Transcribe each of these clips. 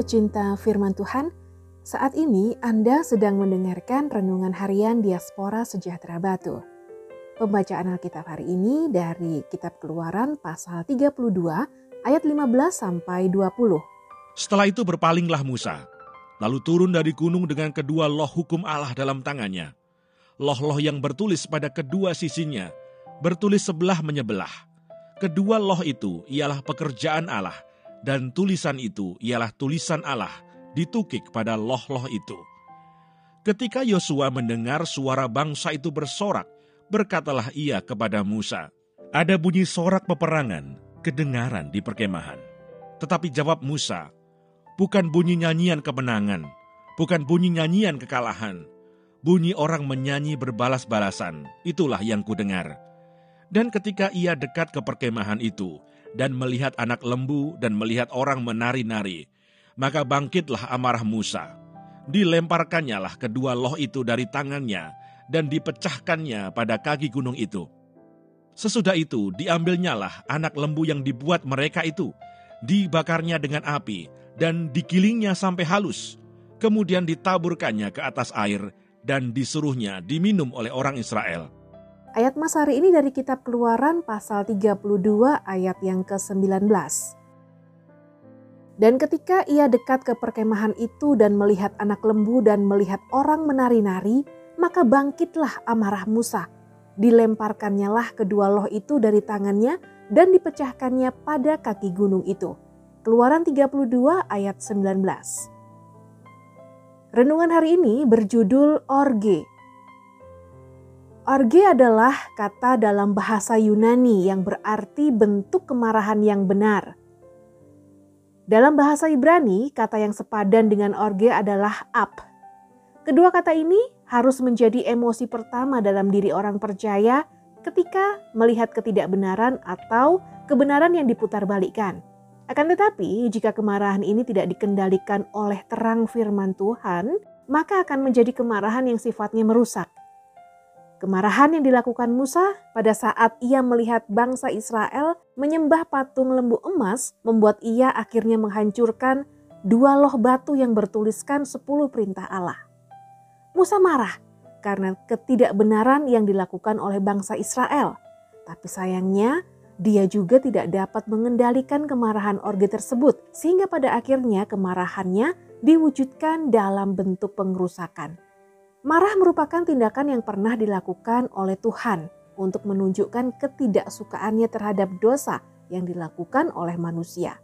pecinta firman Tuhan, saat ini Anda sedang mendengarkan Renungan Harian Diaspora Sejahtera Batu. Pembacaan Alkitab hari ini dari Kitab Keluaran pasal 32 ayat 15 sampai 20. Setelah itu berpalinglah Musa, lalu turun dari gunung dengan kedua loh hukum Allah dalam tangannya. Loh-loh yang bertulis pada kedua sisinya, bertulis sebelah menyebelah. Kedua loh itu ialah pekerjaan Allah, dan tulisan itu ialah tulisan Allah ditukik pada loh-loh itu. Ketika Yosua mendengar suara bangsa itu bersorak, berkatalah ia kepada Musa, "Ada bunyi sorak peperangan kedengaran di perkemahan." Tetapi jawab Musa, "Bukan bunyi nyanyian kemenangan, bukan bunyi nyanyian kekalahan. Bunyi orang menyanyi berbalas-balasan, itulah yang kudengar." Dan ketika ia dekat ke perkemahan itu, dan melihat anak lembu dan melihat orang menari-nari, maka bangkitlah amarah Musa. Dilemparkannyalah kedua loh itu dari tangannya, dan dipecahkannya pada kaki gunung itu. Sesudah itu diambilnyalah anak lembu yang dibuat mereka itu, dibakarnya dengan api, dan digilingnya sampai halus. Kemudian ditaburkannya ke atas air, dan disuruhnya diminum oleh orang Israel. Ayat Mas hari ini dari Kitab Keluaran pasal 32 ayat yang ke-19. Dan ketika ia dekat ke perkemahan itu dan melihat anak lembu dan melihat orang menari-nari, maka bangkitlah amarah Musa. Dilemparkannyalah kedua loh itu dari tangannya dan dipecahkannya pada kaki gunung itu. Keluaran 32 ayat 19. Renungan hari ini berjudul Orge. Orge adalah kata dalam bahasa Yunani yang berarti bentuk kemarahan yang benar. Dalam bahasa Ibrani, kata yang sepadan dengan orge adalah ap. Kedua kata ini harus menjadi emosi pertama dalam diri orang percaya ketika melihat ketidakbenaran atau kebenaran yang diputarbalikkan. Akan tetapi, jika kemarahan ini tidak dikendalikan oleh terang firman Tuhan, maka akan menjadi kemarahan yang sifatnya merusak. Kemarahan yang dilakukan Musa pada saat ia melihat bangsa Israel menyembah patung lembu emas membuat ia akhirnya menghancurkan dua loh batu yang bertuliskan 10 perintah Allah. Musa marah karena ketidakbenaran yang dilakukan oleh bangsa Israel. Tapi sayangnya dia juga tidak dapat mengendalikan kemarahan orge tersebut sehingga pada akhirnya kemarahannya diwujudkan dalam bentuk pengerusakan. Marah merupakan tindakan yang pernah dilakukan oleh Tuhan untuk menunjukkan ketidaksukaannya terhadap dosa yang dilakukan oleh manusia.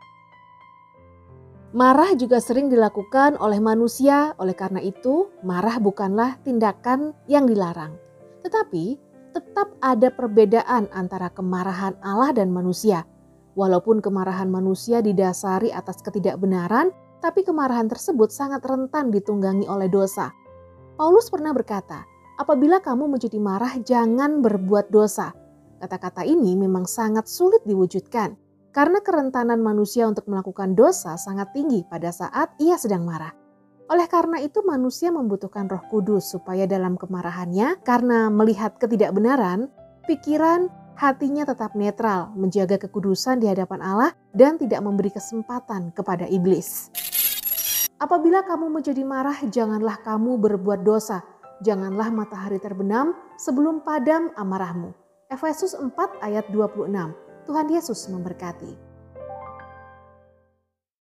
Marah juga sering dilakukan oleh manusia, oleh karena itu marah bukanlah tindakan yang dilarang. Tetapi tetap ada perbedaan antara kemarahan Allah dan manusia. Walaupun kemarahan manusia didasari atas ketidakbenaran, tapi kemarahan tersebut sangat rentan ditunggangi oleh dosa. Paulus pernah berkata, "Apabila kamu menjadi marah, jangan berbuat dosa." Kata-kata ini memang sangat sulit diwujudkan karena kerentanan manusia untuk melakukan dosa sangat tinggi pada saat ia sedang marah. Oleh karena itu manusia membutuhkan Roh Kudus supaya dalam kemarahannya karena melihat ketidakbenaran, pikiran, hatinya tetap netral, menjaga kekudusan di hadapan Allah dan tidak memberi kesempatan kepada iblis. Apabila kamu menjadi marah, janganlah kamu berbuat dosa. Janganlah matahari terbenam sebelum padam amarahmu. Efesus 4 ayat 26. Tuhan Yesus memberkati.